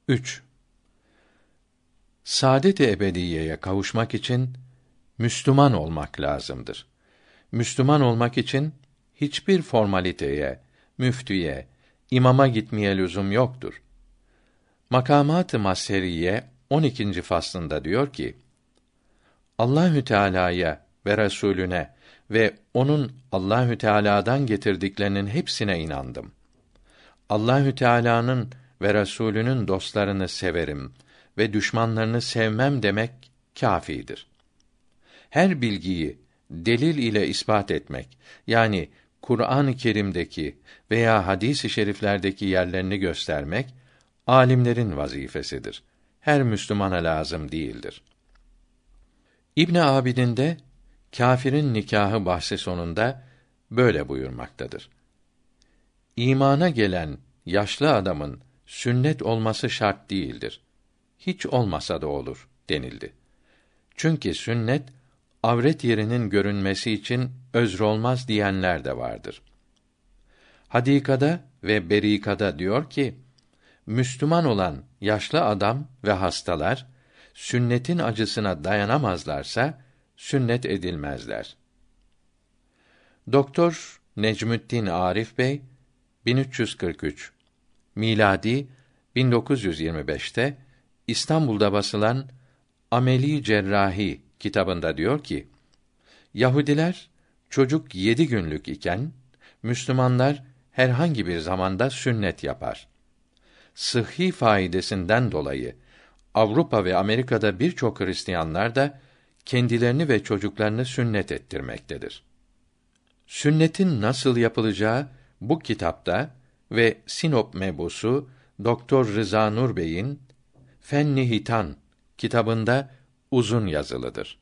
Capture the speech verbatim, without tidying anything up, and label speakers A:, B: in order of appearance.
A: üç. Saadet-i ebediyeye kavuşmak için Müslüman olmak lazımdır. Müslüman olmak için hiçbir formaliteye, müftüye, imama gitmeye lüzum yoktur. Makamat-ı Maseriye on ikinci faslında diyor ki: Allahü Teala'ya ve Resulüne ve onun Allahü Teala'dan getirdiklerinin hepsine inandım. Allahü Teala'nın ve Resulünün dostlarını severim ve düşmanlarını sevmem demek kâfidir. Her bilgiyi delil ile ispat etmek, yani Kur'an-ı Kerim'deki veya hadis-i şeriflerdeki yerlerini göstermek âlimlerin vazifesidir. Her Müslümana lazım değildir. İbn Abidin de kâfirin nikahı bahsi sonunda böyle buyurmaktadır: İmana gelen yaşlı adamın sünnet olması şart değildir. Hiç olmasa da olur denildi. Çünkü sünnet avret yerinin görünmesi için özr olmaz diyenler de vardır. Hadikada ve Berikada diyor ki: Müslüman olan yaşlı adam ve hastalar sünnetin acısına dayanamazlarsa sünnet edilmezler. Doktor Necmüddin Arif Bey bin üç yüz kırk üç miladi bin dokuz yüz yirmi beşte İstanbul'da basılan Ameli Cerrahi kitabında diyor ki: Yahudiler çocuk yedi günlük iken Müslümanlar herhangi bir zamanda sünnet yapar. Sıhhi faidesinden dolayı Avrupa ve Amerika'da birçok Hristiyanlar da kendilerini ve çocuklarını sünnet ettirmektedir. Sünnetin nasıl yapılacağı bu kitapta ve Sinop mebusu Doktor Rıza Nur Bey'in Fenni Hitan kitabında uzun yazılıdır.